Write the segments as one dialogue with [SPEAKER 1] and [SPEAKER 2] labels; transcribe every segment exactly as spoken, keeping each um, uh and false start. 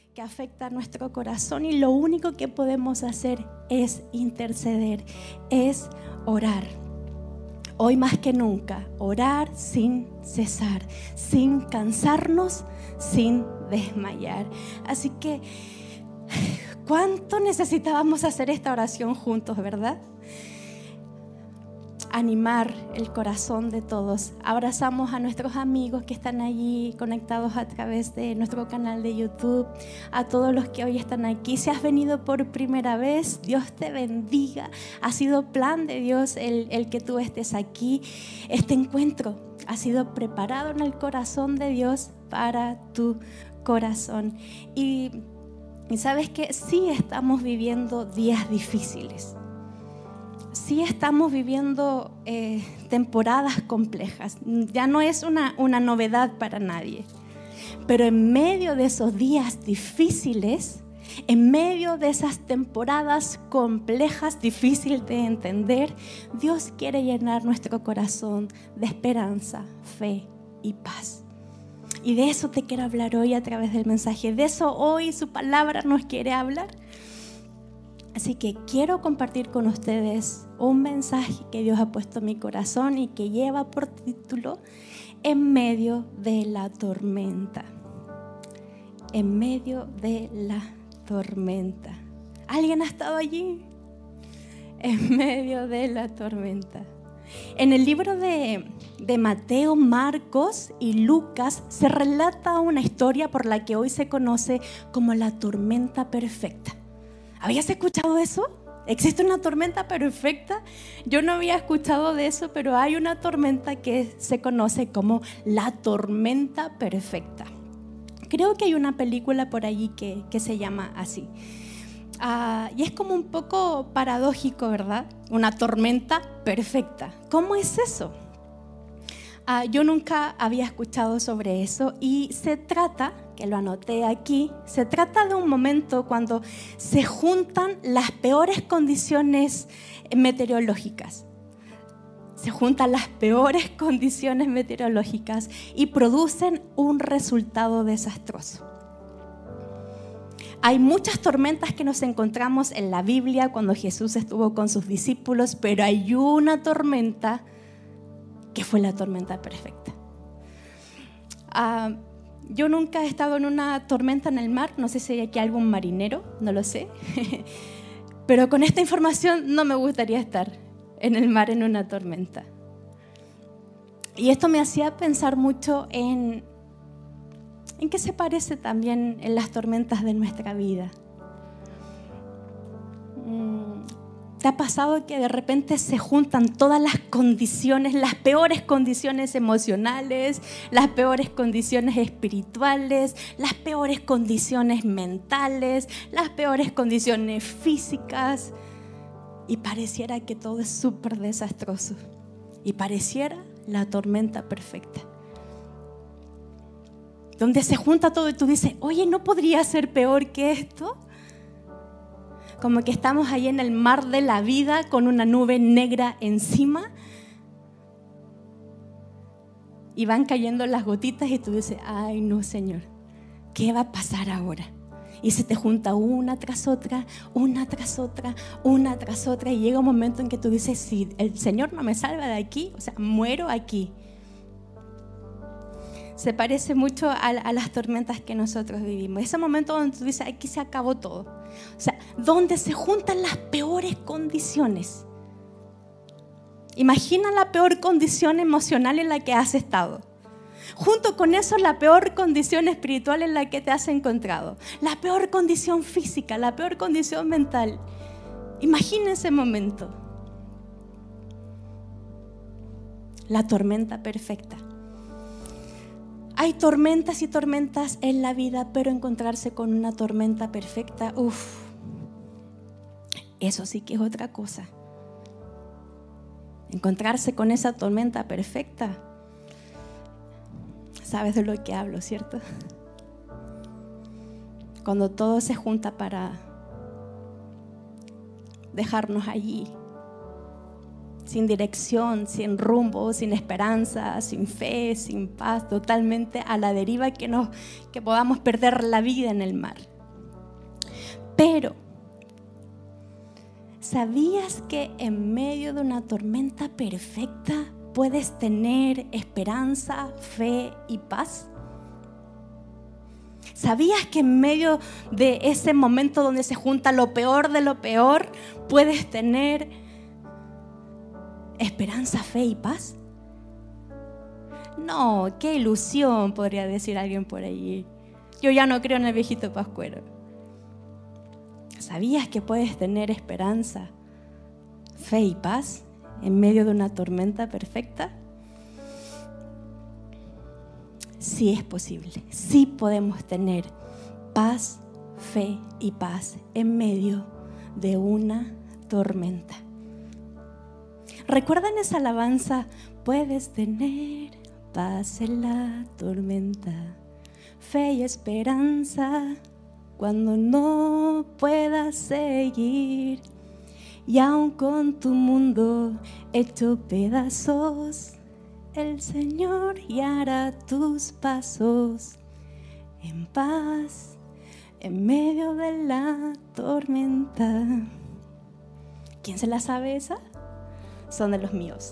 [SPEAKER 1] que afecta a nuestro corazón y lo único que podemos hacer es interceder, es orar. Hoy más que nunca, orar sin cesar, sin cansarnos, sin desmayar. Así que, ¿cuánto necesitábamos hacer esta oración juntos, verdad? Animar el corazón de todos. Abrazamos a nuestros amigos que están allí conectados a través de nuestro canal de YouTube, a todos los que hoy están aquí. Si has venido por primera vez, Dios te bendiga. Ha sido plan de Dios el, el que tú estés aquí. Este encuentro ha sido preparado en el corazón de Dios para tu corazón. Y, y sabes que sí estamos viviendo días difíciles. Sí estamos viviendo eh, temporadas complejas. Ya no es una, una novedad para nadie. Pero en medio de esos días difíciles, en medio de esas temporadas complejas, difíciles de entender, Dios quiere llenar nuestro corazón de esperanza, fe y paz. Y de eso te quiero hablar hoy a través del mensaje. De eso hoy su palabra nos quiere hablar. Así que quiero compartir con ustedes un mensaje que Dios ha puesto en mi corazón y que lleva por título En medio de la tormenta. En medio de la tormenta. ¿Alguien ha estado allí? En medio de la tormenta. En el libro de, de Mateo, Marcos y Lucas se relata una historia por la que hoy se conoce como la tormenta perfecta. ¿Habías escuchado eso? ¿Existe una tormenta perfecta? Yo no había escuchado de eso, pero hay una tormenta que se conoce como la tormenta perfecta. Creo que hay una película por allí que, que se llama así. Uh, y es como un poco paradójico, ¿verdad? Una tormenta perfecta. ¿Cómo es eso? Uh, yo nunca había escuchado sobre eso y se trata, que lo anoté aquí, se trata de un momento cuando se juntan las peores condiciones meteorológicas. Se juntan las peores condiciones meteorológicas y producen un resultado desastroso. Hay muchas tormentas que nos encontramos en la Biblia cuando Jesús estuvo con sus discípulos, pero hay una tormenta que fue la tormenta perfecta. Uh, yo nunca he estado en una tormenta en el mar, no sé si hay aquí algún marinero, no lo sé, pero con esta información no me gustaría estar en el mar en una tormenta. Y esto me hacía pensar mucho en, en qué se parece también en las tormentas de nuestra vida. ¿Te ha pasado que de repente se juntan todas las condiciones, las peores condiciones emocionales, las peores condiciones espirituales, las peores condiciones mentales, las peores condiciones físicas? Y pareciera que todo es súper desastroso. Y pareciera la tormenta perfecta. Donde se junta todo y tú dices, oye, ¿no podría ser peor que esto? Como que estamos ahí en el mar de la vida con una nube negra encima y van cayendo las gotitas y tú dices, ay no, Señor, ¿qué va a pasar ahora? Y se te junta una tras otra, una tras otra, una tras otra y llega un momento en que tú dices, si el Señor no me salva de aquí, o sea, muero aquí. Se parece mucho a, a las tormentas que nosotros vivimos. Ese momento donde tú dices, aquí se acabó todo. O sea, donde se juntan las peores condiciones. Imagina la peor condición emocional en la que has estado. Junto con eso, la peor condición espiritual en la que te has encontrado. La peor condición física, la peor condición mental. Imagina ese momento. La tormenta perfecta. Hay tormentas y tormentas en la vida, pero encontrarse con una tormenta perfecta, uff, eso sí que es otra cosa. Encontrarse con esa tormenta perfecta, sabes de lo que hablo, ¿cierto? Cuando todo se junta para dejarnos allí, sin dirección, sin rumbo, sin esperanza, sin fe, sin paz, totalmente a la deriva, que, nos, que podamos perder la vida en el mar. Pero, ¿sabías que en medio de una tormenta perfecta puedes tener esperanza, fe y paz? ¿Sabías que en medio de ese momento donde se junta lo peor de lo peor, puedes tener esperanza, fe y paz? No, qué ilusión, podría decir alguien por allí. Yo ya no creo en el viejito pascuero. ¿Sabías que puedes tener esperanza, fe y paz en medio de una tormenta perfecta? Sí es posible, sí podemos tener paz, fe y paz en medio de una tormenta. ¿Recuerdan esa alabanza? Puedes tener paz en la tormenta, fe y esperanza cuando no puedas seguir. Y aun con tu mundo hecho pedazos, el Señor guiará tus pasos en paz en medio de la tormenta. ¿Quién se la sabe esa? Son de los míos.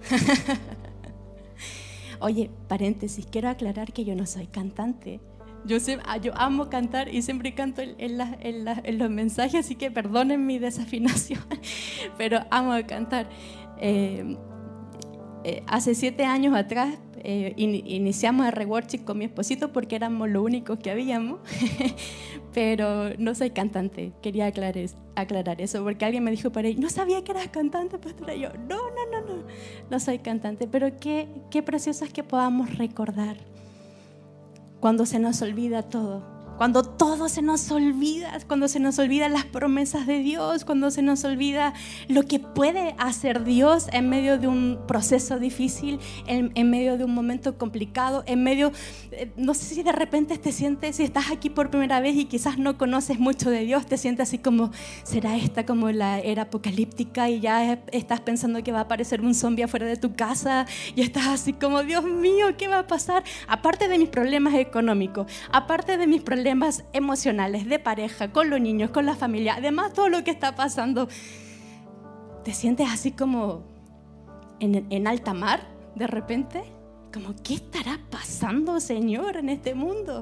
[SPEAKER 1] Oye, paréntesis, quiero aclarar que yo no soy cantante. Yo, sé, yo amo cantar y siempre canto en, en, la, en, la, en los mensajes, así que perdonen mi desafinación, pero amo cantar. Eh, eh, hace siete años atrás eh, in, iniciamos el Reworship con mi esposito porque éramos los únicos que habíamos, pero no soy cantante. Quería aclarar, aclarar eso porque alguien me dijo por ahí, no sabía que eras cantante, pastora. Y yo, no, no, no, no, no soy cantante, pero qué, qué precioso es que podamos recordar cuando se nos olvida todo, cuando todo se nos olvida, cuando se nos olvidan las promesas de Dios, cuando se nos olvida lo que puede hacer Dios en medio de un proceso difícil, en, en medio de un momento complicado, en medio, eh, no sé si de repente te sientes, si estás aquí por primera vez y quizás no conoces mucho de Dios, te sientes así como, ¿será esta como la era apocalíptica? Y ya estás pensando que va a aparecer un zombie afuera de tu casa y estás así como, Dios mío, ¿qué va a pasar? Aparte de mis problemas económicos, aparte de mis problemas emocionales, de pareja, con los niños, con la familia, además todo lo que está pasando, te sientes así como en, en alta mar de repente, como ¿qué estará pasando, Señor, en este mundo?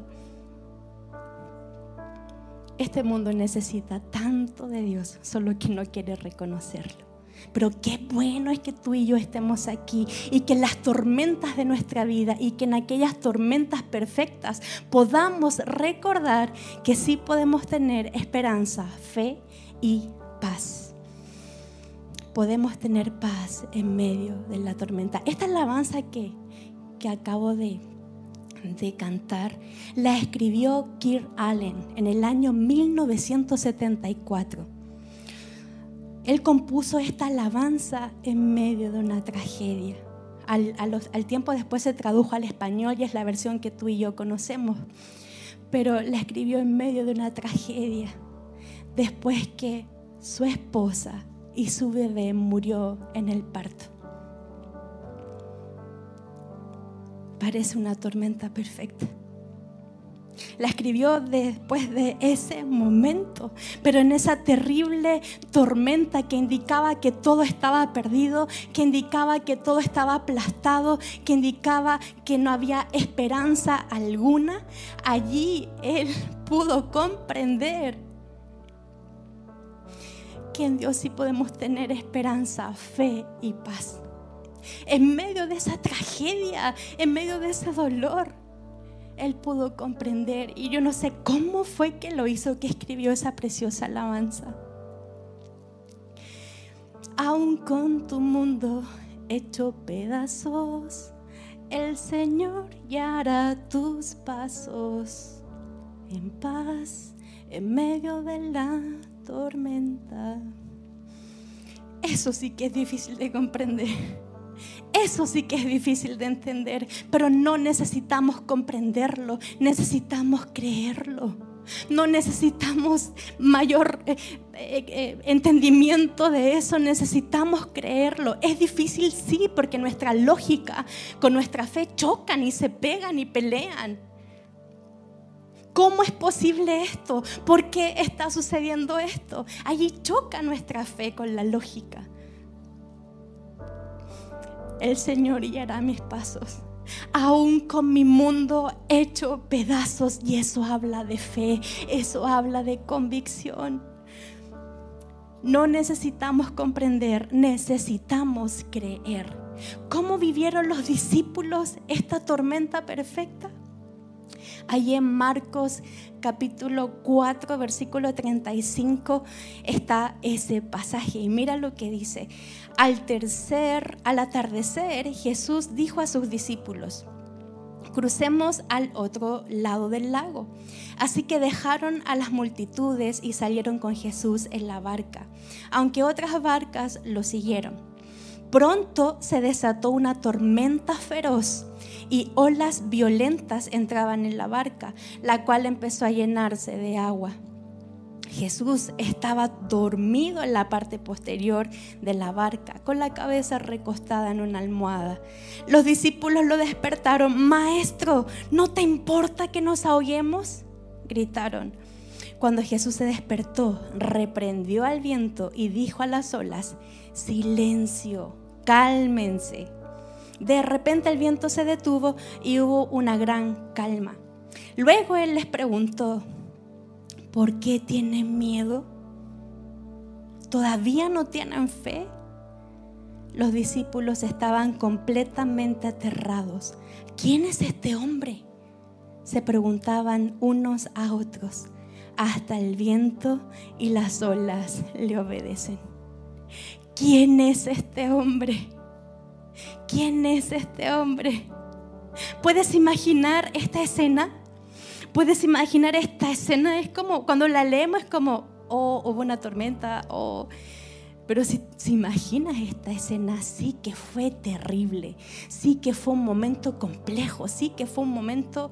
[SPEAKER 1] Este mundo necesita tanto de Dios, solo que no quiere reconocerlo. Pero qué bueno es que tú y yo estemos aquí y que en las tormentas de nuestra vida y que en aquellas tormentas perfectas podamos recordar que sí podemos tener esperanza, fe y paz. Podemos tener paz en medio de la tormenta. Esta alabanza que, que acabo de, de cantar la escribió Kirk Allen en el año mil novecientos setenta y cuatro. Él compuso esta alabanza en medio de una tragedia. Al, a los, al tiempo después se tradujo al español y es la versión que tú y yo conocemos. Pero la escribió en medio de una tragedia. Después que su esposa y su bebé murió en el parto. Parece una tormenta perfecta. La escribió después de ese momento, pero en esa terrible tormenta que indicaba que todo estaba perdido, que indicaba que todo estaba aplastado, que indicaba que no había esperanza alguna, allí él pudo comprender que en Dios sí podemos tener esperanza, fe y paz. En medio de esa tragedia, en medio de ese dolor, él pudo comprender, y yo no sé cómo fue que lo hizo, que escribió esa preciosa alabanza. Aún con tu mundo hecho pedazos, el Señor guiará tus pasos en paz en medio de la tormenta. Eso sí que es difícil de comprender. Eso sí que es difícil de entender, pero no necesitamos comprenderlo, necesitamos creerlo. No necesitamos mayor eh, eh, entendimiento de eso, necesitamos creerlo. Es difícil, sí, porque nuestra lógica con nuestra fe chocan y se pegan y pelean. ¿Cómo es posible esto? ¿Por qué está sucediendo esto? Allí choca nuestra fe con la lógica. El Señor guiará mis pasos, aún con mi mundo hecho pedazos, y eso habla de fe, eso habla de convicción. No necesitamos comprender, necesitamos creer. ¿Cómo vivieron los discípulos esta tormenta perfecta? Allí en Marcos capítulo cuatro, versículo treinta y cinco está ese pasaje, y mira lo que dice. Al tercer, al atardecer, Jesús dijo a sus discípulos: crucemos al otro lado del lago. Así que dejaron a las multitudes y salieron con Jesús en la barca, aunque otras barcas lo siguieron. Pronto se desató una tormenta feroz y olas violentas entraban en la barca, la cual empezó a llenarse de agua. Jesús estaba dormido en la parte posterior de la barca, con la cabeza recostada en una almohada. Los discípulos lo despertaron. Maestro, ¿no te importa que nos ahoguemos?, gritaron. Cuando Jesús se despertó, reprendió al viento y dijo a las olas: silencio, cálmense. De repente el viento se detuvo y hubo una gran calma. Luego él les preguntó: ¿por qué tienen miedo? ¿Todavía no tienen fe? Los discípulos estaban completamente aterrados. ¿Quién es este hombre?, se preguntaban unos a otros. Hasta el viento y las olas le obedecen. ¿Quién es este hombre? ¿Quién es este hombre? ¿Puedes imaginar esta escena? ¿Puedes imaginar esta escena? Es como, cuando la leemos es como, oh, hubo una tormenta, oh. Pero si, si imaginas esta escena, sí que fue terrible, sí que fue un momento complejo, sí que fue un momento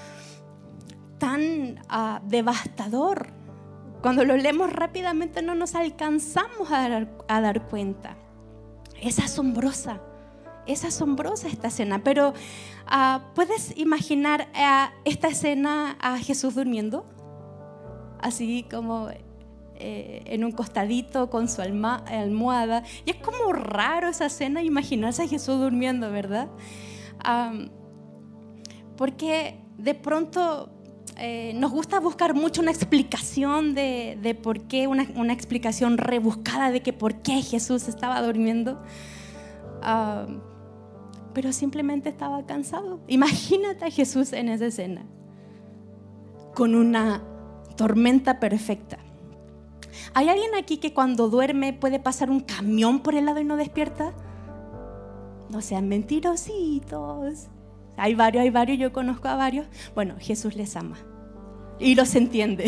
[SPEAKER 1] tan uh, devastador. Cuando lo leemos rápidamente no nos alcanzamos a dar, a dar cuenta. Es asombrosa, es asombrosa esta escena. Pero uh, ¿puedes imaginar uh, esta escena a Jesús durmiendo? Así como eh, en un costadito con su alma, almohada. Y es como raro esa escena, imaginarse a Jesús durmiendo, ¿verdad? Um, porque de pronto Eh, nos gusta buscar mucho una explicación de, de por qué, una, una explicación rebuscada de que por qué Jesús estaba durmiendo, uh, pero simplemente estaba cansado. Imagínate a Jesús en esa escena con una tormenta perfecta. ¿Hay alguien aquí que cuando duerme puede pasar un camión por el lado y no despierta? No sean mentirositos. Hay varios, hay varios, yo conozco a varios. Bueno, Jesús les ama y los entiende.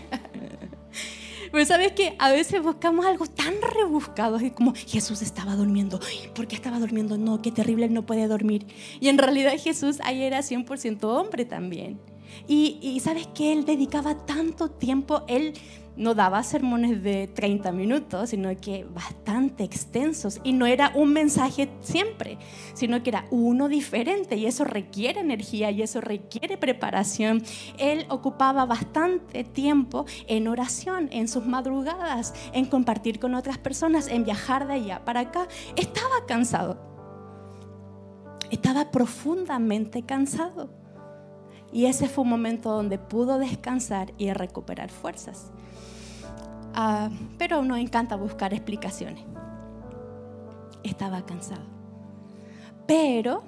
[SPEAKER 1] Pero sabes que a veces buscamos algo tan rebuscado, como Jesús estaba durmiendo. ¿Por qué estaba durmiendo? No, qué terrible, él no puede dormir. Y en realidad Jesús ahí era cien por ciento hombre también. Y, y sabes que él dedicaba tanto tiempo, él no daba sermones de treinta minutos, sino que bastante extensos, y no era un mensaje siempre, sino que era uno diferente, y eso requiere energía y eso requiere preparación. Él ocupaba bastante tiempo en oración, en sus madrugadas, en compartir con otras personas, en viajar de allá para acá. Estaba cansado, estaba profundamente cansado, y ese fue un momento donde pudo descansar y recuperar fuerzas. Uh, pero nos encanta buscar explicaciones. Estaba cansado. Pero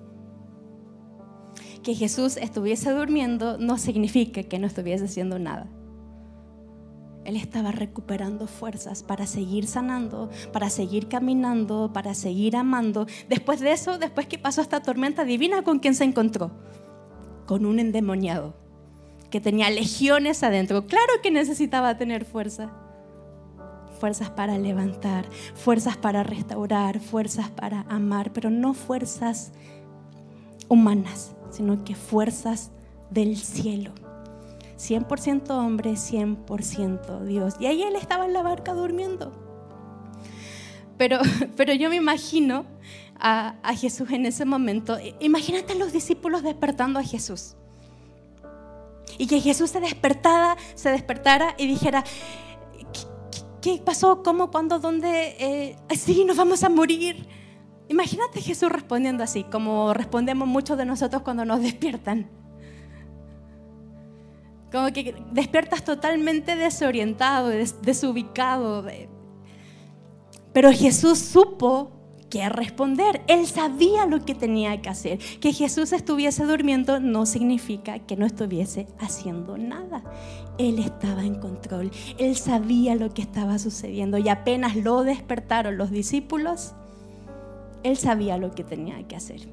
[SPEAKER 1] que Jesús estuviese durmiendo no significa que no estuviese haciendo nada. Él estaba recuperando fuerzas para seguir sanando, para seguir caminando, para seguir amando. Después de eso, después que pasó esta tormenta, adivina con quién se encontró. Con un endemoniado que tenía legiones adentro. Claro que necesitaba tener fuerza. Fuerzas para levantar, fuerzas para restaurar, fuerzas para amar, pero no fuerzas humanas, sino que fuerzas del cielo. cien por ciento hombre, cien por ciento Dios. Y ahí él estaba en la barca durmiendo. Pero, pero yo me imagino a, a Jesús en ese momento. Imagínate a los discípulos despertando a Jesús. Y que Jesús se despertara, se despertara y dijera, ¿qué, qué pasó? ¿Cómo? ¿Cuándo? ¿Dónde? Eh, sí, nos vamos a morir. Imagínate Jesús respondiendo así, como respondemos muchos de nosotros cuando nos despiertan. Como que despiertas totalmente desorientado, des, desubicado. Pero Jesús supo qué responder. Él sabía lo que tenía que hacer. Que Jesús estuviese durmiendo no significa que no estuviese haciendo nada. Él estaba en control. Él sabía lo que estaba sucediendo. Y apenas lo despertaron los discípulos, Él sabía lo que tenía que hacer.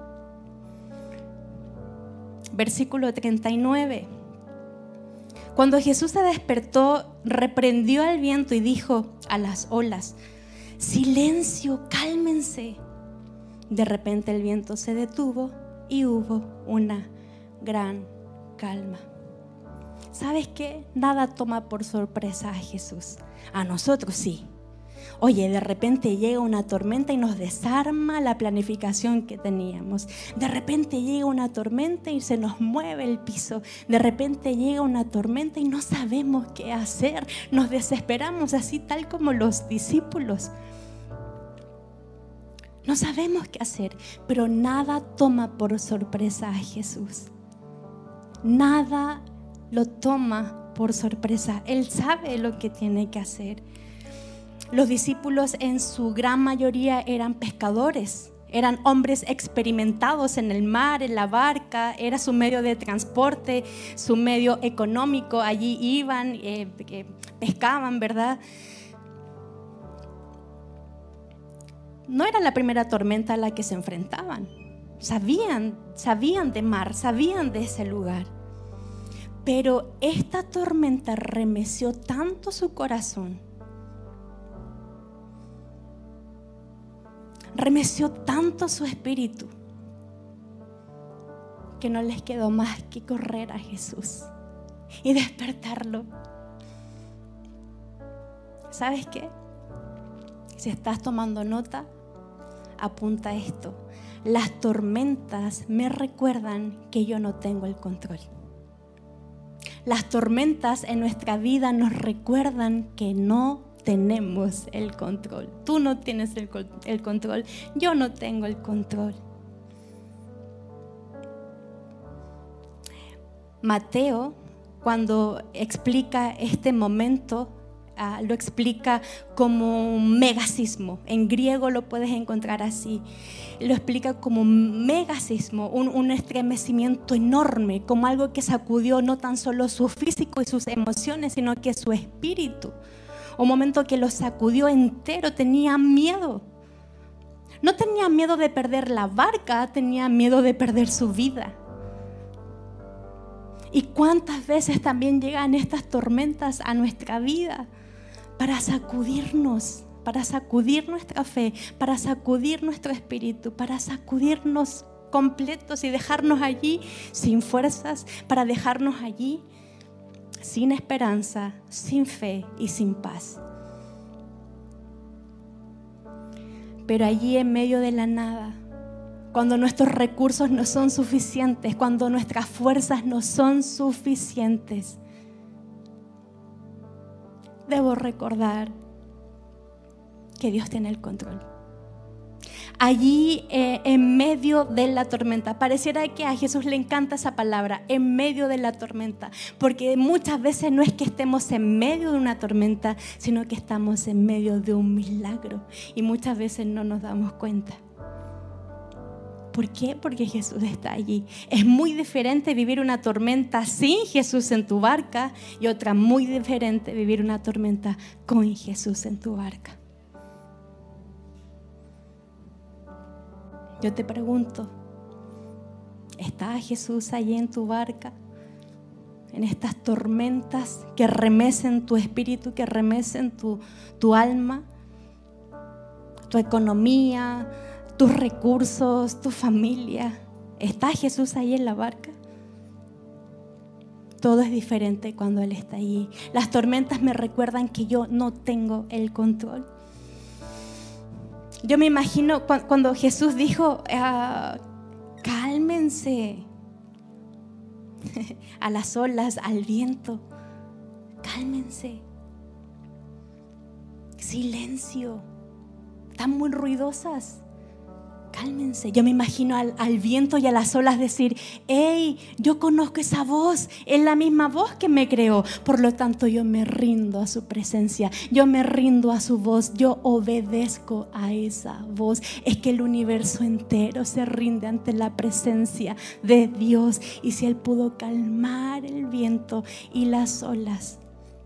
[SPEAKER 1] Versículo treinta y nueve. Cuando Jesús se despertó, reprendió al viento y dijo a las olas, silencio, cálmense. De repente el viento se detuvo y hubo una gran calma. ¿Sabes qué? Nada toma por sorpresa a Jesús. A nosotros sí. Oye, de repente llega una tormenta y nos desarma la planificación que teníamos. De repente llega una tormenta y se nos mueve el piso. De repente llega una tormenta y no sabemos qué hacer. Nos desesperamos así tal como los discípulos. No sabemos qué hacer, pero nada toma por sorpresa a Jesús. Nada lo toma por sorpresa. Él sabe lo que tiene que hacer. Los discípulos en su gran mayoría eran pescadores, eran hombres experimentados en el mar, en la barca, era su medio de transporte, su medio económico. Allí iban, eh, eh, pescaban, ¿verdad? No era la primera tormenta a la que se enfrentaban. Sabían, sabían de mar, sabían de ese lugar. Pero esta tormenta remeció tanto su corazón, remeció tanto su espíritu, que no les quedó más que correr a Jesús y despertarlo. ¿Sabes qué? Si estás tomando nota, apunta esto. Las tormentas me recuerdan que yo no tengo el control. Las tormentas en nuestra vida nos recuerdan que no tenemos el control. Tú no tienes el, el control. Yo no tengo el control. Mateo, cuando explica este momento, uh, lo explica como un megasismo. En griego lo puedes encontrar así. Lo explica como un megasismo, un, un estremecimiento enorme, como algo que sacudió no tan solo su físico y sus emociones, sino que su espíritu. Un momento que lo sacudió entero. Tenía miedo. No tenía miedo de perder la barca, tenía miedo de perder su vida. ¿Y cuántas veces también llegan estas tormentas a nuestra vida para sacudirnos, para sacudir nuestra fe, para sacudir nuestro espíritu, para sacudirnos completos y dejarnos allí sin fuerzas, para dejarnos allí sin esperanza, sin fe y sin paz? Pero allí en medio de la nada, cuando nuestros recursos no son suficientes, cuando nuestras fuerzas no son suficientes, debo recordar que Dios tiene el control. Allí eh, en medio de la tormenta, pareciera que a Jesús le encanta esa palabra, en medio de la tormenta, porque muchas veces no es que estemos en medio de una tormenta, sino que estamos en medio de un milagro y muchas veces no nos damos cuenta. ¿Por qué? Porque Jesús está allí. Es muy diferente vivir una tormenta sin Jesús en tu barca y otra muy diferente vivir una tormenta con Jesús en tu barca. Yo te pregunto, ¿está Jesús allí en tu barca? En estas tormentas que remecen tu espíritu, que remecen tu, tu alma, tu economía, tus recursos, tu familia. ¿Está Jesús ahí en la barca? Todo es diferente cuando Él está allí. Las tormentas me recuerdan que yo no tengo el control. Yo me imagino cuando Jesús dijo, ah, cálmense. a las olas, al viento. Cálmense. Silencio. Están muy ruidosas. Cálmense. Yo me imagino al, al viento y a las olas decir: hey, yo conozco esa voz, es la misma voz que me creó, por lo tanto yo me rindo a su presencia, yo me rindo a su voz, yo obedezco a esa voz. Es que el universo entero se rinde ante la presencia de Dios, y si Él pudo calmar el viento y las olas,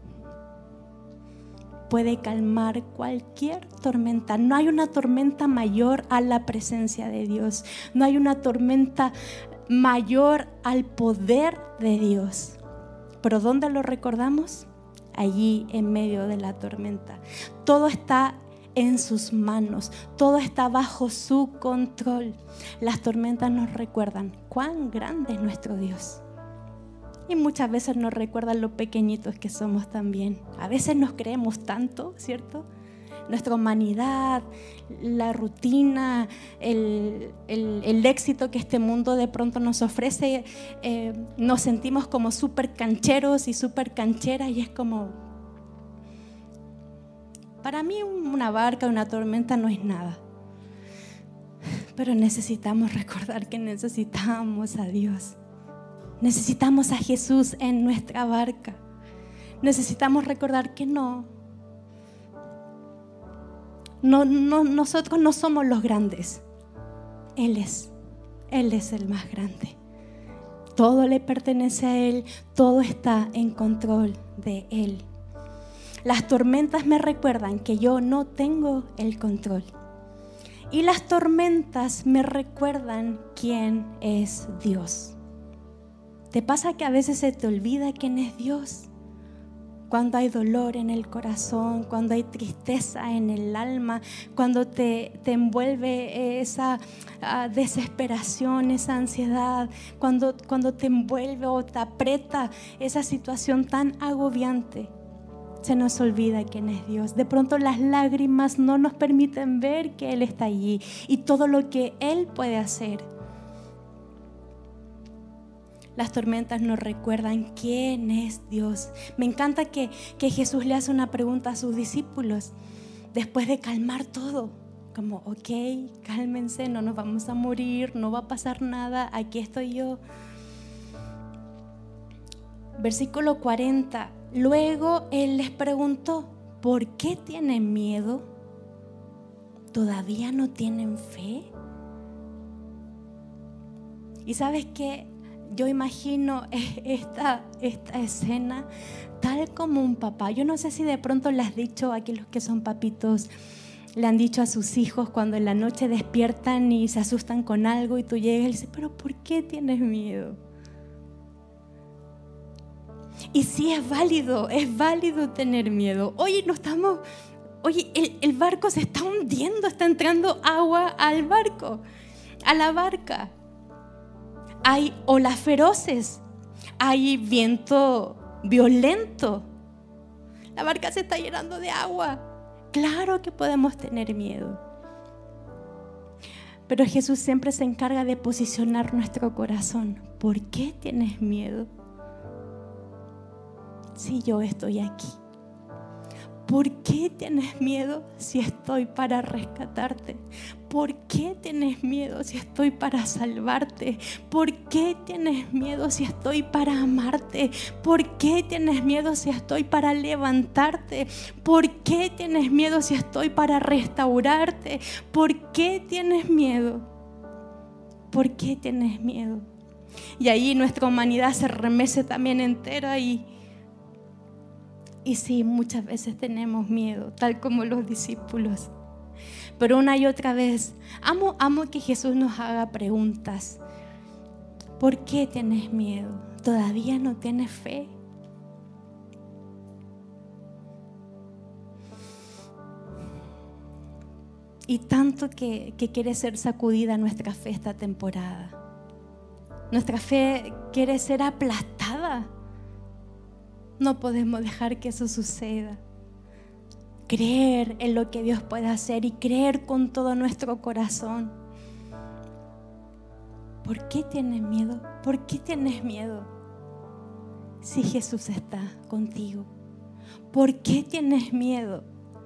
[SPEAKER 1] puede calmar cualquier tormenta. No hay una tormenta mayor a la presencia de Dios. No hay una tormenta mayor al poder de Dios. ¿Pero dónde lo recordamos? Allí en medio de la tormenta. Todo está en sus manos. Todo está bajo su control. Las tormentas nos recuerdan cuán grande es nuestro Dios. Y muchas veces nos recuerdan lo pequeñitos que somos también. A veces nos creemos tanto, ¿cierto? Nuestra humanidad, la rutina, el, el, el éxito que este mundo de pronto nos ofrece, eh, nos sentimos como súper cancheros y súper cancheras, y es como, para mí una barca, una tormenta no es nada. Pero necesitamos recordar que necesitamos a Dios. Necesitamos a Jesús en nuestra barca. Necesitamos recordar que no, no, no, nosotros no somos los grandes. Él es, Él es el más grande. Todo le pertenece a Él, todo está en control de Él. Las tormentas me recuerdan que yo no tengo el control. Y las tormentas me recuerdan quién es Dios. ¿Te pasa que a veces se te olvida quién es Dios? Cuando hay dolor en el corazón, cuando hay tristeza en el alma, cuando te, te envuelve esa uh, desesperación, esa ansiedad, cuando, cuando te envuelve o te aprieta esa situación tan agobiante, se nos olvida quién es Dios. De pronto las lágrimas no nos permiten ver que Él está allí y todo lo que Él puede hacer. Las tormentas nos recuerdan quién es Dios. Me encanta que, que Jesús le hace una pregunta a sus discípulos después de calmar todo. Como, ok, cálmense, no nos vamos a morir, no va a pasar nada, aquí estoy yo. Versículo cuarenta. Luego Él les preguntó: ¿por qué tienen miedo? ¿Todavía no tienen fe? Y sabes qué, yo imagino esta, esta escena tal como un papá. Yo no sé si de pronto le has dicho, aquí los que son papitos, le han dicho a sus hijos cuando en la noche despiertan y se asustan con algo y tú llegas y dices: ¿pero por qué tienes miedo? Y sí, es válido, es válido tener miedo. Oye, no estamos, oye, el, el barco se está hundiendo, está entrando agua al barco, a la barca. Hay olas feroces, hay viento violento. La barca se está llenando de agua. Claro que podemos tener miedo. Pero Jesús siempre se encarga de posicionar nuestro corazón. ¿Por qué tienes miedo? Si yo estoy aquí. ¿Por qué tienes miedo si estoy para rescatarte? ¿Por qué tienes miedo si estoy para salvarte? ¿Por qué tienes miedo si estoy para amarte? ¿Por qué tienes miedo si estoy para levantarte? ¿Por qué tienes miedo si estoy para restaurarte? ¿Por qué tienes miedo? ¿Por qué tienes miedo? Y ahí nuestra humanidad se remece también entera y Y sí, muchas veces tenemos miedo, tal como los discípulos. Pero una y otra vez, amo, amo que Jesús nos haga preguntas. ¿Por qué tienes miedo? ¿Todavía no tienes fe? Y tanto que, que quiere ser sacudida nuestra fe esta temporada. Nuestra fe quiere ser aplastada. No podemos dejar que eso suceda. Creer en lo que Dios puede hacer y creer con todo nuestro corazón. ¿Por qué tienes miedo? ¿Por qué tienes miedo? si Jesús está contigo? ¿Por qué tienes miedo?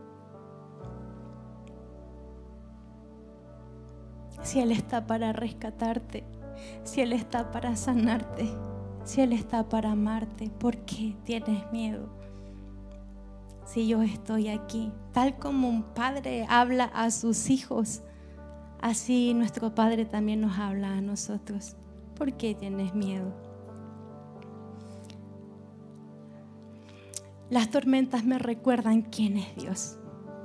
[SPEAKER 1] Si Él está para rescatarte, si Él está para sanarte, si Él está para amarte, ¿por qué tienes miedo? Si yo estoy aquí, tal como un padre habla a sus hijos, así nuestro Padre también nos habla a nosotros. ¿Por qué tienes miedo? Las tormentas me recuerdan quién es Dios.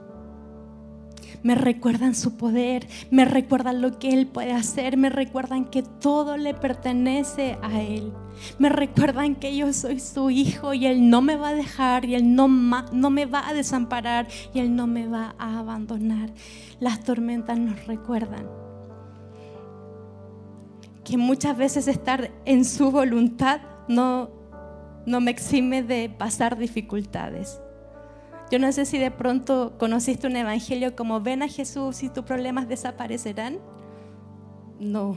[SPEAKER 1] Me recuerdan su poder, me recuerdan lo que Él puede hacer, me recuerdan que todo le pertenece a Él. Me recuerdan que yo soy su hijo y Él no me va a dejar y Él no, no me va a desamparar y Él no me va a abandonar. Las tormentas nos recuerdan que muchas veces estar en su voluntad no, no me exime de pasar dificultades. Yo no sé si de pronto conociste un evangelio como ven a Jesús y tus problemas desaparecerán. No.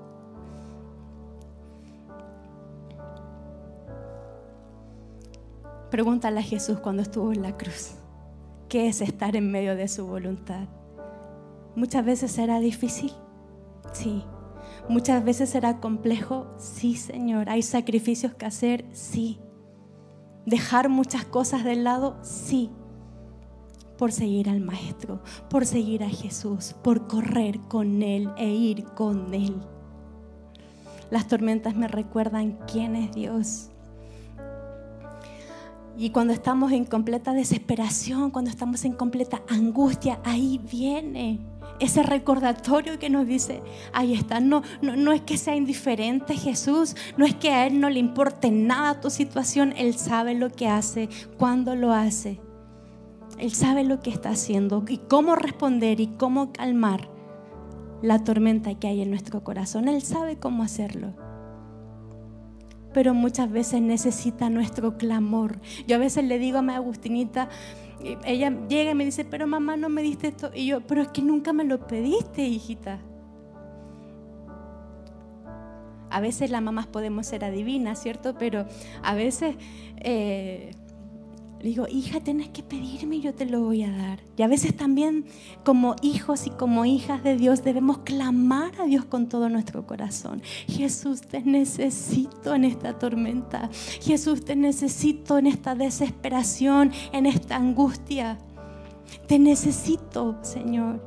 [SPEAKER 1] Pregúntale a Jesús cuando estuvo en la cruz, ¿qué es estar en medio de su voluntad? Muchas veces será difícil, sí. Muchas veces será complejo, sí, Señor. Hay sacrificios que hacer, sí. Dejar muchas cosas de lado, sí. Por seguir al Maestro, por seguir a Jesús, por correr con Él e ir con Él. Las tormentas me recuerdan quién es Dios. Y cuando estamos en completa desesperación, cuando estamos en completa angustia, ahí viene ese recordatorio que nos dice, ahí está. No, no, no es que sea indiferente Jesús, no es que a Él no le importe nada tu situación. Él sabe lo que hace, cuándo lo hace. Él sabe lo que está haciendo y cómo responder y cómo calmar la tormenta que hay en nuestro corazón. Él sabe cómo hacerlo. Pero muchas veces necesita nuestro clamor. Yo a veces le digo a mi Agustinita, ella llega y me dice, pero mamá, no me diste esto. Y yo, pero es que nunca me lo pediste, hijita. A veces las mamás podemos ser adivinas, ¿cierto? Pero a veces eh, le digo, hija, tienes que pedirme y yo te lo voy a dar. Y a veces también como hijos y como hijas de Dios debemos clamar a Dios con todo nuestro corazón. Jesús, te necesito en esta tormenta. Jesús, te necesito en esta desesperación, en esta angustia. Te necesito, Señor.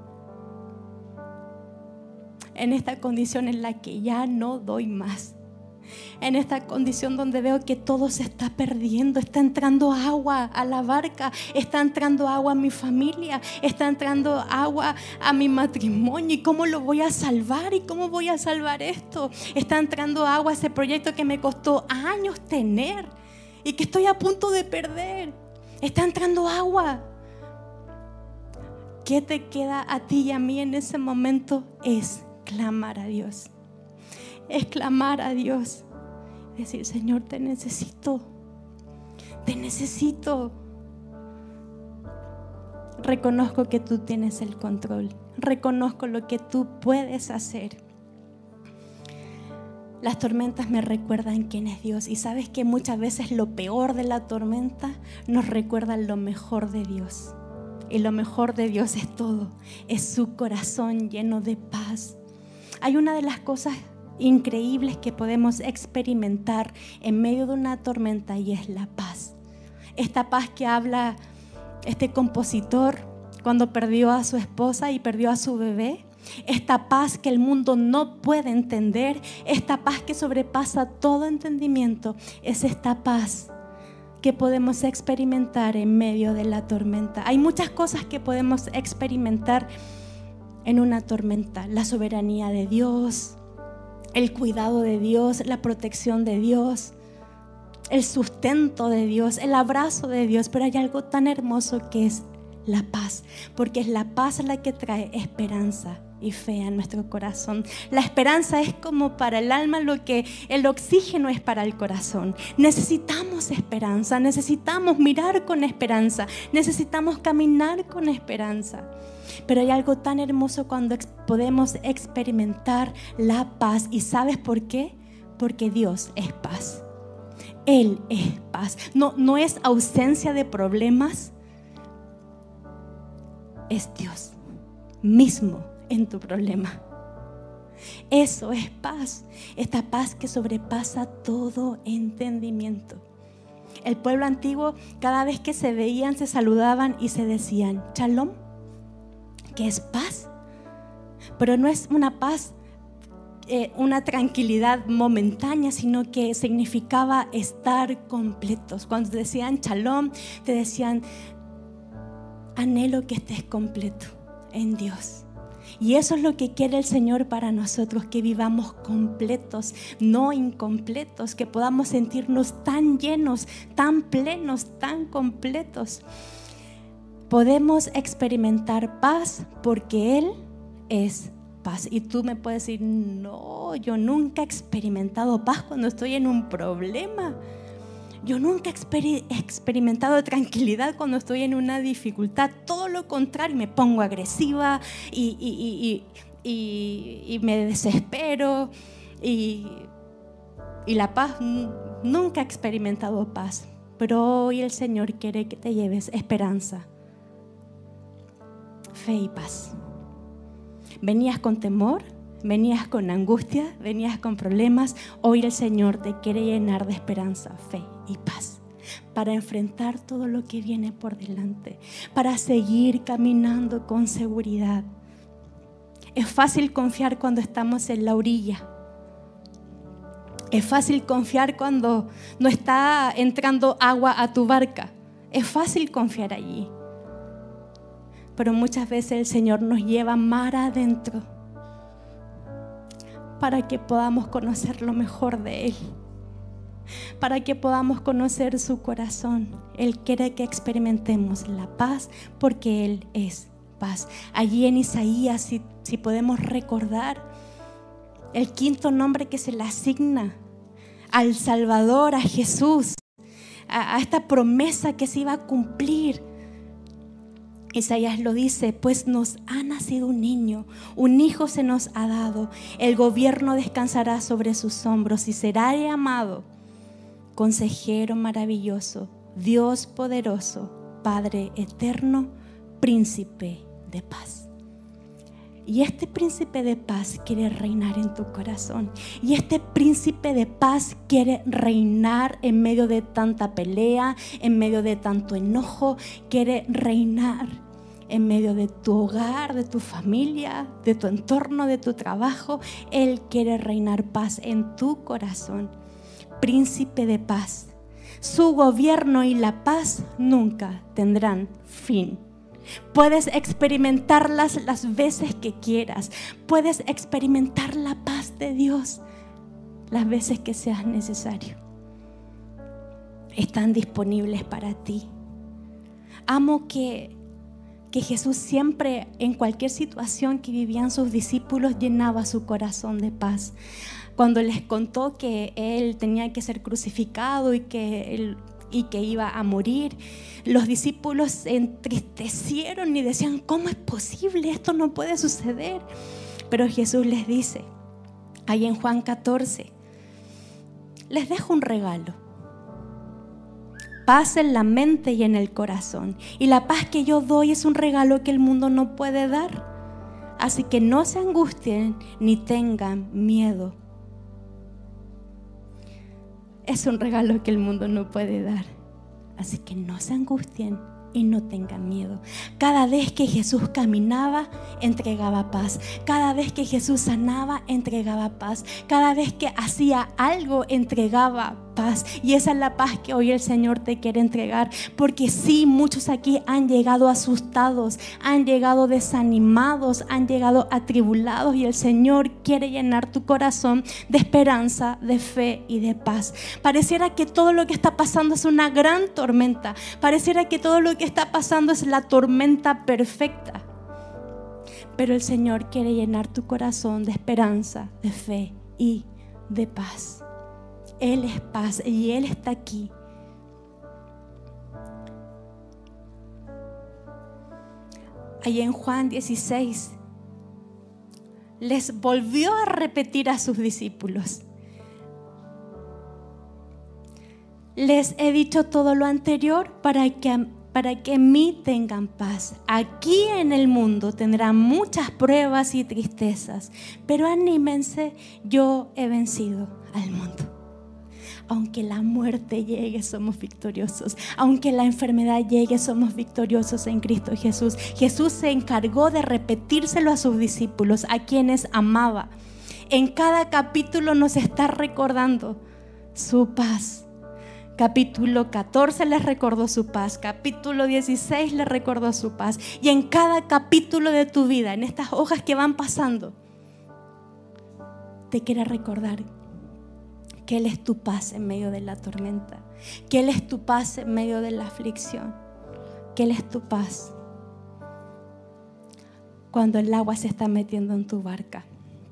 [SPEAKER 1] En esta condición en la que ya no doy más. En esta condición donde veo que todo se está perdiendo, está entrando agua a la barca, está entrando agua a mi familia, está entrando agua a mi matrimonio. ¿Y cómo lo voy a salvar? ¿Y cómo voy a salvar esto? Está entrando agua a ese proyecto que me costó años tener y que estoy a punto de perder. Está entrando agua. ¿Qué te queda a ti y a mí en ese momento? Es clamar a Dios. Es clamar a Dios, decir, Señor, te necesito, te necesito. Reconozco que tú tienes el control, reconozco lo que tú puedes hacer. Las tormentas me recuerdan quién es Dios, y sabes que muchas veces lo peor de la tormenta nos recuerda lo mejor de Dios, y lo mejor de Dios es todo, es su corazón lleno de paz. Hay una de las cosas increíbles que podemos experimentar en medio de una tormenta y es la paz. Esta paz que habla este compositor cuando perdió a su esposa y perdió a su bebé. Esta paz que el mundo no puede entender, esta paz que sobrepasa todo entendimiento, es esta paz que podemos experimentar en medio de la tormenta. Hay muchas cosas que podemos experimentar en una tormenta: la soberanía de Dios, el cuidado de Dios, la protección de Dios, el sustento de Dios, el abrazo de Dios. Pero hay algo tan hermoso que es la paz, porque es la paz la que trae esperanza y fe a nuestro corazón. La esperanza es como para el alma lo que el oxígeno es para el corazón. Necesitamos esperanza, necesitamos mirar con esperanza, necesitamos caminar con esperanza. Pero hay algo tan hermoso cuando ex- podemos experimentar la paz. ¿Y sabes por qué? Porque Dios es paz. Él es paz. No, no es ausencia de problemas. Es Dios mismo en tu problema. Eso es paz. Esta paz que sobrepasa todo entendimiento. El pueblo antiguo, cada vez que se veían, se saludaban y se decían Shalom, que es paz. Pero no es una paz, eh, una tranquilidad momentánea, sino que significaba estar completos. Cuando te decían Shalom, te decían anhelo que estés completo en Dios. Y eso es lo que quiere el Señor para nosotros, que vivamos completos, no incompletos, que podamos sentirnos tan llenos, tan plenos, tan completos. Podemos experimentar paz porque Él es paz. Y tú me puedes decir, no, yo nunca he experimentado paz cuando estoy en un problema. Yo nunca he exper- experimentado tranquilidad cuando estoy en una dificultad. Todo lo contrario, me pongo agresiva y, y, y, y, y me desespero. Y, y la paz, nunca he experimentado paz. Pero hoy el Señor quiere que te lleves esperanza, fe y paz. Venías con temor, venías con angustia, venías con problemas. Hoy el Señor te quiere llenar de esperanza, fe y paz para enfrentar todo lo que viene por delante, para seguir caminando con seguridad. Es fácil confiar cuando estamos en la orilla. Es fácil confiar cuando no está entrando agua a tu barca. Es fácil confiar allí. Pero muchas veces el Señor nos lleva mar adentro para que podamos conocer lo mejor de Él, para que podamos conocer su corazón. Él quiere que experimentemos la paz porque Él es paz. Allí en Isaías, si, si podemos recordar, el quinto nombre que se le asigna al Salvador, a Jesús, a, a esta promesa que se iba a cumplir. Isaías lo dice, pues nos ha nacido un niño, un hijo se nos ha dado, el gobierno descansará sobre sus hombros y será llamado Consejero maravilloso, Dios poderoso, Padre eterno, Príncipe de paz. Y este príncipe de paz quiere reinar en tu corazón. Y este príncipe de paz quiere reinar en medio de tanta pelea, en medio de tanto enojo. Quiere reinar en medio de tu hogar, de tu familia, de tu entorno, de tu trabajo. Él quiere reinar paz en tu corazón. Príncipe de paz. Su gobierno y la paz nunca tendrán fin. Puedes experimentarlas las veces que quieras. Puedes experimentar la paz de Dios las veces que sea necesario. Están disponibles para ti. Amo que, que Jesús siempre, en cualquier situación que vivían sus discípulos, llenaba su corazón de paz. Cuando les contó que Él tenía que ser crucificado y que Él y que iba a morir, los discípulos se entristecieron y decían, ¿cómo es posible? Esto no puede suceder. Pero Jesús les dice, ahí en Juan catorce, les dejo un regalo. Paz en la mente y en el corazón. Y la paz que yo doy es un regalo que el mundo no puede dar. Así que no se angustien ni tengan miedo. Es un regalo que el mundo no puede dar. Así que no se angustien y no tengan miedo. Cada vez que Jesús caminaba, entregaba paz. Cada vez que Jesús sanaba, entregaba paz. Cada vez que hacía algo, entregaba paz. Y esa es la paz que hoy el Señor te quiere entregar. Porque sí, muchos aquí han llegado asustados, han llegado desanimados, han llegado atribulados. Y el Señor quiere llenar tu corazón de esperanza, de fe y de paz. Pareciera que todo lo que está pasando es una gran tormenta. Pareciera que todo lo que está pasando es la tormenta perfecta. Pero el Señor quiere llenar tu corazón de esperanza, de fe y de paz. Él es paz y Él está aquí. Allí en Juan dieciséis les volvió a repetir a sus discípulos: les he dicho todo lo anterior para que, para que en mí tengan paz. Aquí en el mundo tendrán muchas pruebas y tristezas, pero anímense, yo he vencido al mundo. Aunque la muerte llegue, somos victoriosos. Aunque la enfermedad llegue, somos victoriosos en Cristo Jesús. Jesús se encargó de repetírselo a sus discípulos, a quienes amaba. En cada capítulo nos está recordando su paz. Capítulo catorce les recordó su paz. Capítulo dieciséis les recordó su paz. Y en cada capítulo de tu vida, en estas hojas que van pasando, te quiere recordar que Él es tu paz en medio de la tormenta, que Él es tu paz en medio de la aflicción, que Él es tu paz cuando el agua se está metiendo en tu barca.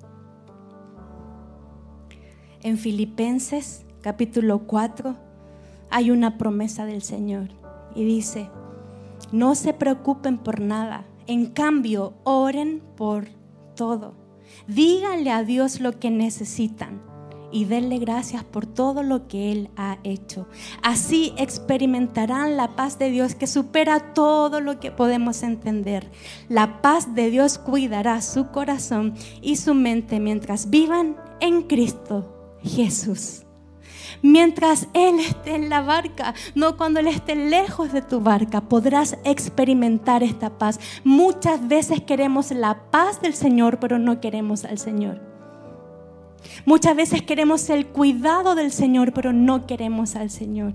[SPEAKER 1] En Filipenses capítulo cuatro hay una promesa del Señor y dice: no se preocupen por nada, en cambio oren por todo. Díganle a Dios lo que necesitan y denle gracias por todo lo que Él ha hecho. Así experimentarán la paz de Dios que supera todo lo que podemos entender. La paz de Dios cuidará su corazón y su mente mientras vivan en Cristo Jesús. Mientras Él esté en la barca, no cuando Él esté lejos de tu barca, podrás experimentar esta paz. Muchas veces queremos la paz del Señor, pero no queremos al Señor. Muchas veces queremos el cuidado del Señor, pero no queremos al Señor.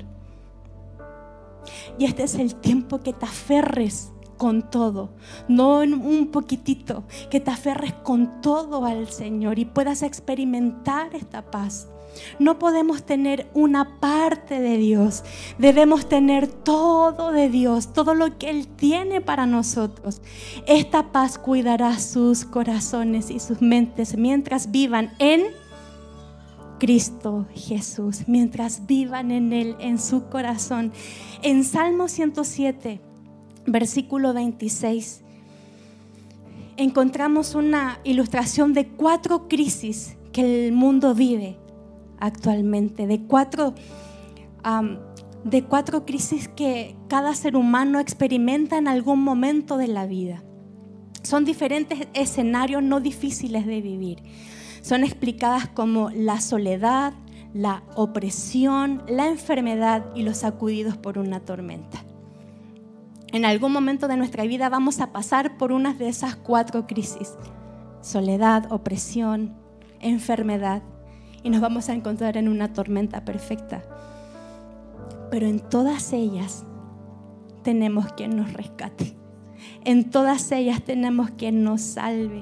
[SPEAKER 1] Y este es el tiempo que te aferres con todo, no en un poquitito, que te aferres con todo al Señor y puedas experimentar esta paz. No podemos tener una parte de Dios, debemos tener todo de Dios, todo lo que Él tiene para nosotros. Esta paz cuidará sus corazones y sus mentes mientras vivan en Cristo Jesús, mientras vivan en Él, en su corazón. En Salmo ciento siete, versículo veintiséis, encontramos una ilustración de cuatro crisis que el mundo vive actualmente, de cuatro, um, de cuatro crisis que cada ser humano experimenta en algún momento de la vida. Son diferentes escenarios no difíciles de vivir. Son explicadas como la soledad, la opresión, la enfermedad y los sacudidos por una tormenta. En algún momento de nuestra vida vamos a pasar por una de esas cuatro crisis: soledad, opresión, enfermedad, y nos vamos a encontrar en una tormenta perfecta. Pero en todas ellas tenemos quien nos rescate. En todas ellas tenemos quien nos salve.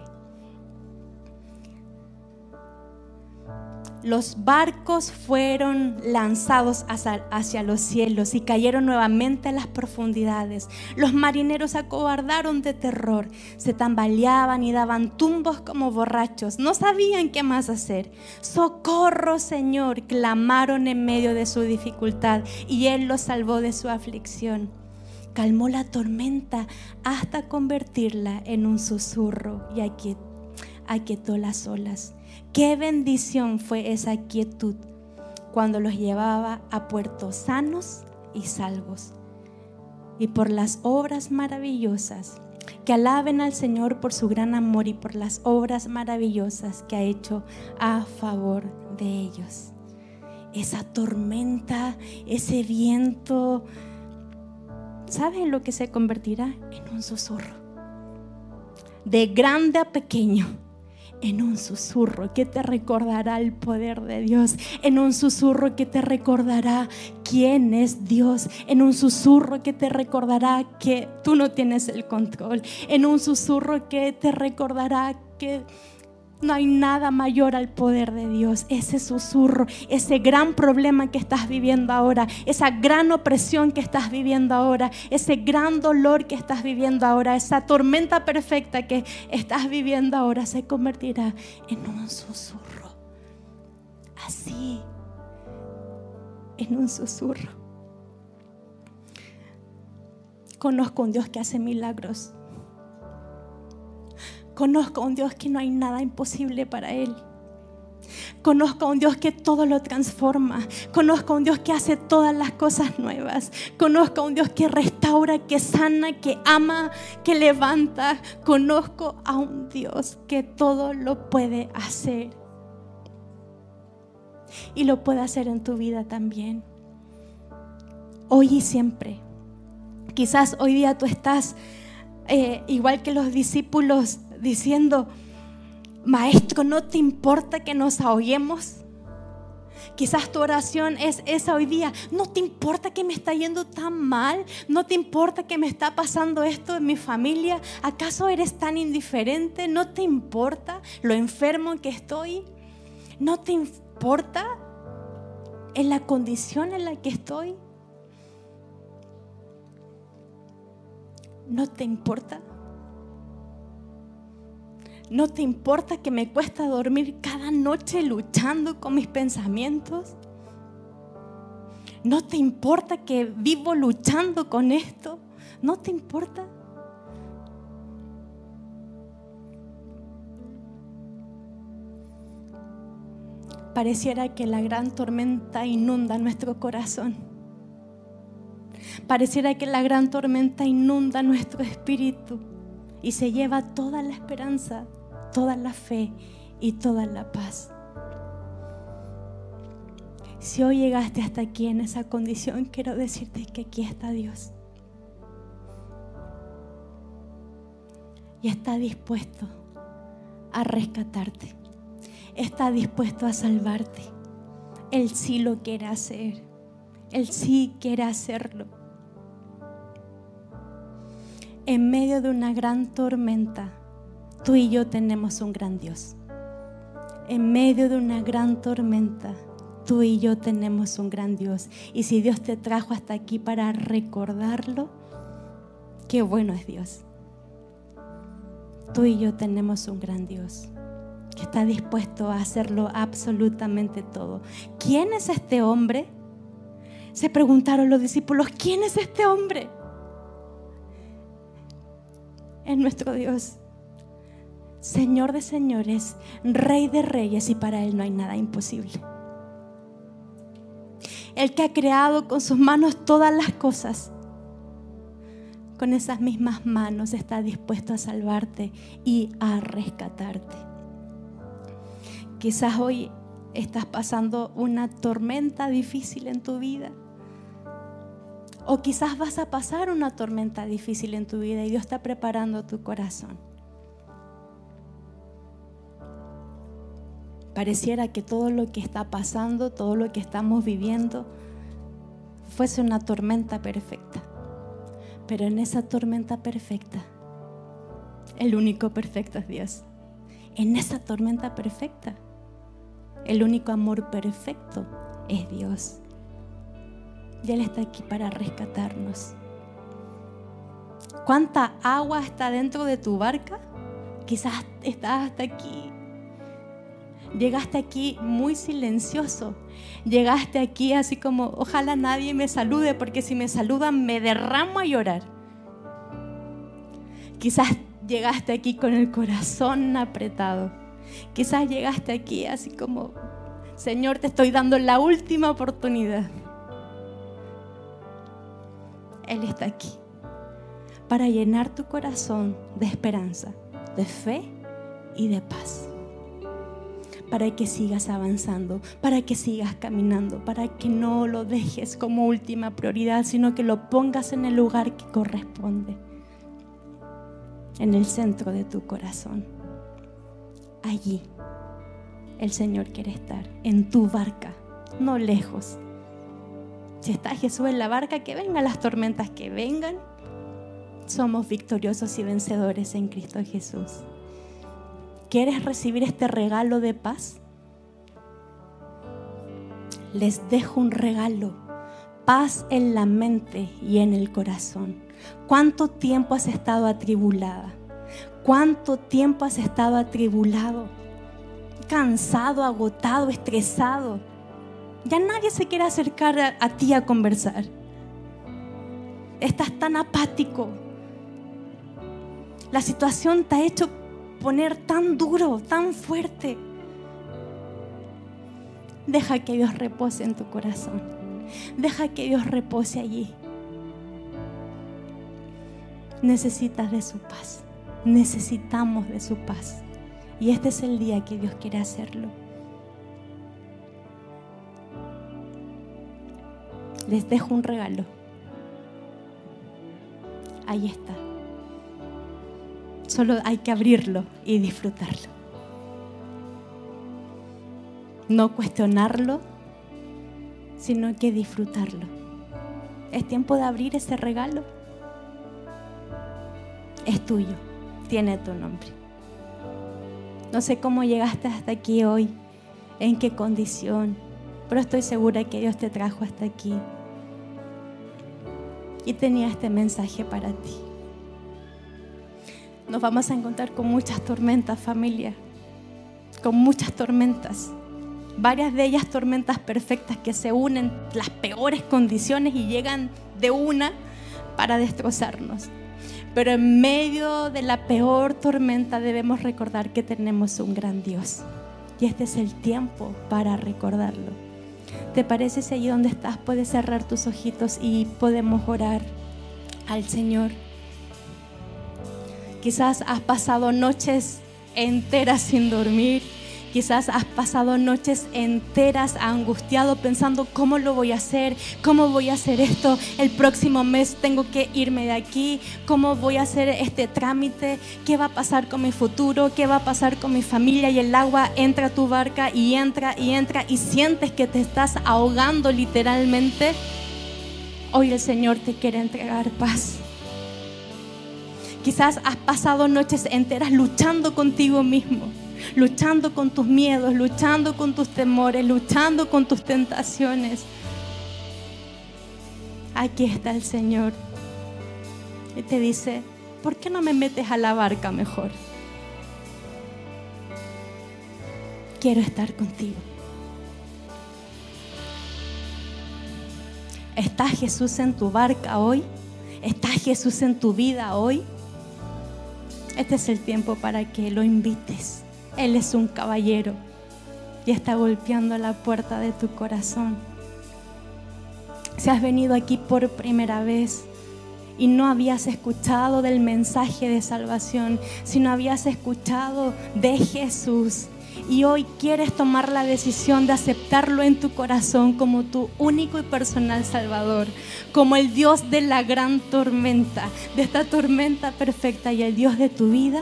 [SPEAKER 1] Los barcos fueron lanzados hacia, hacia los cielos y cayeron nuevamente a las profundidades. Los marineros se acobardaron de terror, se tambaleaban y daban tumbos como borrachos. No sabían qué más hacer. ¡Socorro, Señor!, clamaron en medio de su dificultad, y Él los salvó de su aflicción. Calmó la tormenta hasta convertirla en un susurro y aquietó las olas. Qué bendición fue esa quietud cuando los llevaba a puerto sanos y salvos. Y por las obras maravillosas, que alaben al Señor por su gran amor y por las obras maravillosas que ha hecho a favor de ellos. Esa tormenta, ese viento, ¿saben lo que se convertirá? En un susurro. De grande a pequeño, en un susurro que te recordará el poder de Dios, en un susurro que te recordará quién es Dios, en un susurro que te recordará que tú no tienes el control, en un susurro que te recordará que no hay nada mayor al poder de Dios. Ese susurro, ese gran problema que estás viviendo ahora, esa gran opresión que estás viviendo ahora, ese gran dolor que estás viviendo ahora, esa tormenta perfecta que estás viviendo ahora, se convertirá en un susurro. Así, en un susurro. Conozco un Dios que hace milagros. Conozco a un Dios que no hay nada imposible para Él. Conozco a un Dios que todo lo transforma. Conozco a un Dios que hace todas las cosas nuevas. Conozco a un Dios que restaura, que sana, que ama, que levanta. Conozco a un Dios que todo lo puede hacer. Y lo puede hacer en tu vida también. Hoy y siempre. Quizás hoy día tú estás eh, igual que los discípulos diciendo: Maestro, ¿no te importa que nos ahoguemos? Quizás tu oración es esa hoy día: ¿no te importa que me está yendo tan mal? ¿No te importa que me está pasando esto en mi familia? ¿Acaso eres tan indiferente? ¿No te importa lo enfermo en que estoy? ¿No te importa en la condición en la que estoy? ¿No te importa? ¿No te importa que me cuesta dormir cada noche luchando con mis pensamientos? ¿No te importa que vivo luchando con esto? ¿No te importa? Pareciera que la gran tormenta inunda nuestro corazón. Pareciera que la gran tormenta inunda nuestro espíritu y se lleva toda la esperanza, toda la fe y toda la paz. Si hoy llegaste hasta aquí en esa condición, quiero decirte que aquí está Dios. Y está dispuesto a rescatarte. Está dispuesto a salvarte. Él sí lo quiere hacer. Él sí quiere hacerlo. En medio de una gran tormenta, tú y yo tenemos un gran Dios. En medio de una gran tormenta, tú y yo tenemos un gran Dios. Y si Dios te trajo hasta aquí para recordarlo, qué bueno es Dios. Tú y yo tenemos un gran Dios que está dispuesto a hacerlo absolutamente todo. ¿Quién es este hombre? Se preguntaron los discípulos: ¿quién es este hombre? Es nuestro Dios, Señor de señores, Rey de reyes, y para Él no hay nada imposible. El que ha creado con sus manos todas las cosas, con esas mismas manos está dispuesto a salvarte y a rescatarte. Quizás hoy estás pasando una tormenta difícil en tu vida. O quizás vas a pasar una tormenta difícil en tu vida y Dios está preparando tu corazón. Pareciera que todo lo que está pasando, todo lo que estamos viviendo, fuese una tormenta perfecta. Pero en esa tormenta perfecta, el único perfecto es Dios. En esa tormenta perfecta, el único amor perfecto es Dios. Y Él está aquí para rescatarnos. ¿Cuánta agua está dentro de tu barca? Quizás estás hasta aquí. Llegaste aquí muy silencioso. Llegaste aquí así como: ojalá nadie me salude, porque si me saludan me derramo a llorar. Quizás llegaste aquí con el corazón apretado. Quizás llegaste aquí así como: Señor, te estoy dando la última oportunidad. Él está aquí para llenar tu corazón de esperanza, de fe y de paz. Para que sigas avanzando, para que sigas caminando, para que no lo dejes como última prioridad, sino que lo pongas en el lugar que corresponde, en el centro de tu corazón. Allí el Señor quiere estar, en tu barca, no lejos. Si está Jesús en la barca, que vengan las tormentas que vengan, somos victoriosos y vencedores en Cristo Jesús. ¿Quieres recibir este regalo de paz? Les dejo un regalo: paz en la mente y en el corazón. ¿Cuánto tiempo has estado atribulada? ¿Cuánto tiempo has estado atribulado? Cansado, agotado, estresado. Ya nadie se quiere acercar a, a ti a conversar. Estás tan apático. La situación te ha hecho poner tan duro, tan fuerte. Deja que Dios repose en tu corazón. Deja que Dios repose allí. Necesitas de su paz. Necesitamos de su paz. Y este es el día que Dios quiere hacerlo. Les dejo un regalo. Ahí está. Solo hay que abrirlo y disfrutarlo. No cuestionarlo, sino que disfrutarlo. Es tiempo de abrir ese regalo. Es tuyo, tiene tu nombre. No sé cómo llegaste hasta aquí hoy, en qué condición, pero estoy segura que Dios te trajo hasta aquí y tenía este mensaje para ti. Nos vamos a encontrar con muchas tormentas, familia, con muchas tormentas. Varias de ellas tormentas perfectas que se unen las peores condiciones y llegan de una para destrozarnos. Pero en medio de la peor tormenta debemos recordar que tenemos un gran Dios. Y este es el tiempo para recordarlo. ¿Te parece si allí donde estás puedes cerrar tus ojitos y podemos orar al Señor? Quizás has pasado noches enteras sin dormir. Quizás has pasado noches enteras angustiado pensando cómo lo voy a hacer, cómo voy a hacer esto, el próximo mes tengo que irme de aquí, cómo voy a hacer este trámite, qué va a pasar con mi futuro, qué va a pasar con mi familia, y el agua entra a tu barca y entra y entra y sientes que te estás ahogando literalmente. Hoy el Señor te quiere entregar paz. Quizás has pasado noches enteras luchando contigo mismo, luchando con tus miedos, luchando con tus temores, luchando con tus tentaciones. Aquí está el Señor y te dice: ¿por qué no me metes a la barca mejor? Quiero estar contigo. ¿Está Jesús en tu barca hoy? ¿Está Jesús en tu vida hoy? Este es el tiempo para que lo invites. Él es un caballero y está golpeando la puerta de tu corazón. Si has venido aquí por primera vez y no habías escuchado del mensaje de salvación, si no habías escuchado de Jesús y hoy quieres tomar la decisión de aceptarlo en tu corazón como tu único y personal Salvador, como el Dios de la gran tormenta, de esta tormenta perfecta y el Dios de tu vida,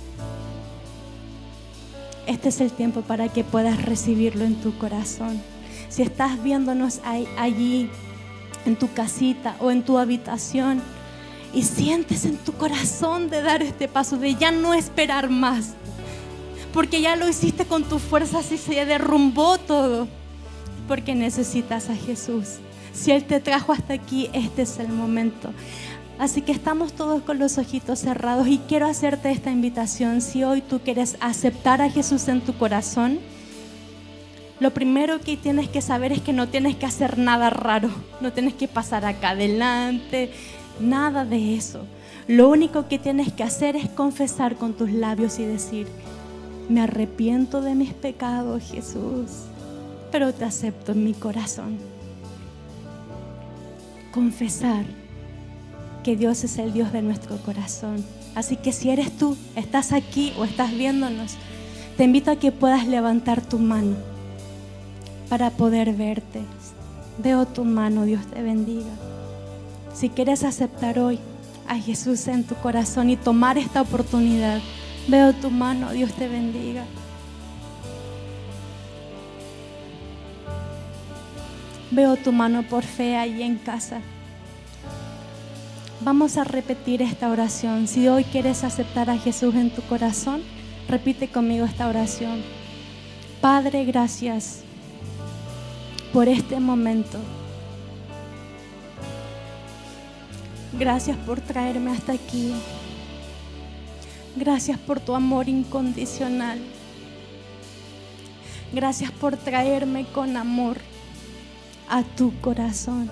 [SPEAKER 1] este es el tiempo para que puedas recibirlo en tu corazón. Si estás viéndonos allí en tu casita o en tu habitación y sientes en tu corazón de dar este paso, de ya no esperar más, porque ya lo hiciste con tus fuerzas y se derrumbó todo, porque necesitas a Jesús. Si Él te trajo hasta aquí, este es el momento. Así que estamos todos con los ojitos cerrados y quiero hacerte esta invitación. Si hoy tú quieres aceptar a Jesús en tu corazón, lo primero que tienes que saber es que no tienes que hacer nada raro, no tienes que pasar acá adelante, nada de eso. Lo único que tienes que hacer es confesar con tus labios y decir: me arrepiento de mis pecados, Jesús, pero te acepto en mi corazón. Confesar que Dios es el Dios de nuestro corazón. Así que si eres tú, estás aquí o estás viéndonos, te invito a que puedas levantar tu mano para poder verte. Veo tu mano, Dios te bendiga. Si quieres aceptar hoy a Jesús en tu corazón y tomar esta oportunidad, veo tu mano, Dios te bendiga. Veo tu mano por fe allí en casa. Vamos a repetir esta oración. Si hoy quieres aceptar a Jesús en tu corazón, repite conmigo esta oración. Padre, gracias por este momento. Gracias por traerme hasta aquí. Gracias por tu amor incondicional. Gracias por traerme con amor a tu corazón.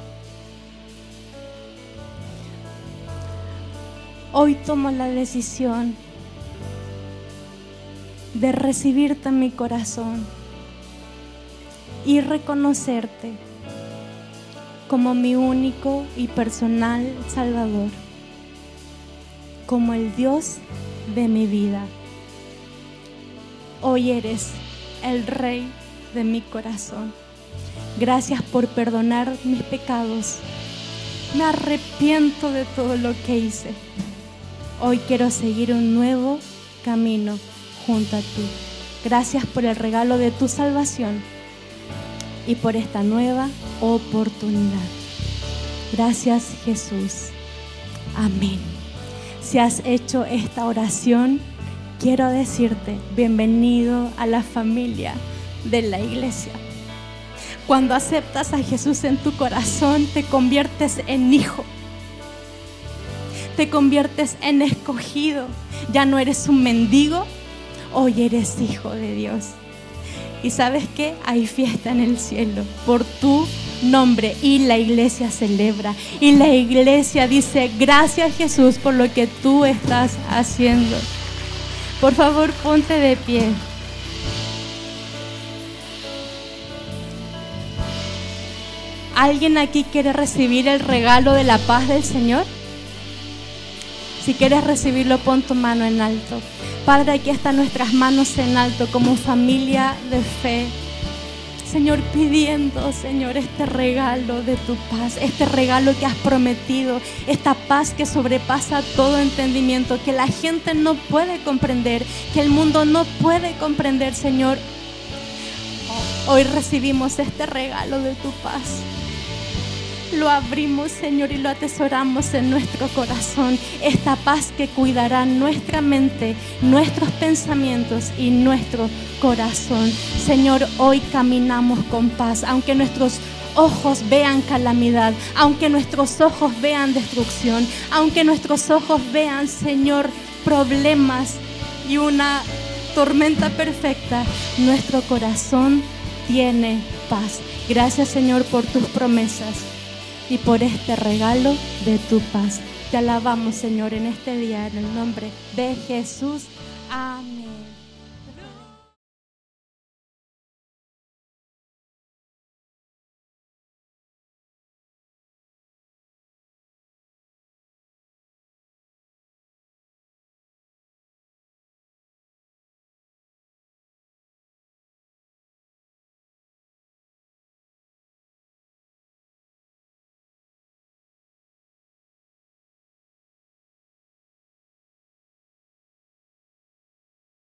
[SPEAKER 1] Hoy tomo la decisión de recibirte en mi corazón y reconocerte como mi único y personal Salvador, como el Dios de mi vida. Hoy eres el Rey de mi corazón. Gracias por perdonar mis pecados. Me arrepiento de todo lo que hice. Hoy quiero seguir un nuevo camino junto a ti. Gracias por el regalo de tu salvación y por esta nueva oportunidad. Gracias, Jesús. Amén. Si has hecho esta oración, quiero decirte, bienvenido a la familia de la iglesia. Cuando aceptas a Jesús en tu corazón, te conviertes en hijo. Te conviertes en escogido. Ya no eres un mendigo, hoy eres hijo de Dios. Y ¿sabes qué? Hay fiesta en el cielo por tu nombre y la iglesia celebra. Y la iglesia dice, gracias Jesús por lo que tú estás haciendo. Por favor, ponte de pie. ¿Alguien aquí quiere recibir el regalo de la paz del Señor? Si quieres recibirlo, pon tu mano en alto. Padre, aquí están nuestras manos en alto como familia de fe. Señor, pidiendo, Señor, este regalo de tu paz, este regalo que has prometido, esta paz que sobrepasa todo entendimiento, que la gente no puede comprender, que el mundo no puede comprender, Señor. Hoy recibimos este regalo de tu paz. Lo abrimos, Señor, y lo atesoramos en nuestro corazón. Esta paz que cuidará nuestra mente, nuestros pensamientos y nuestro corazón. Señor, hoy caminamos con paz, aunque nuestros ojos vean calamidad, aunque nuestros ojos vean destrucción, aunque nuestros ojos vean, Señor, problemas y una tormenta perfecta, nuestro corazón tiene paz. Gracias, Señor, por tus promesas y por este regalo de tu paz. Te alabamos, Señor, en este día, en el nombre de Jesús. Amén.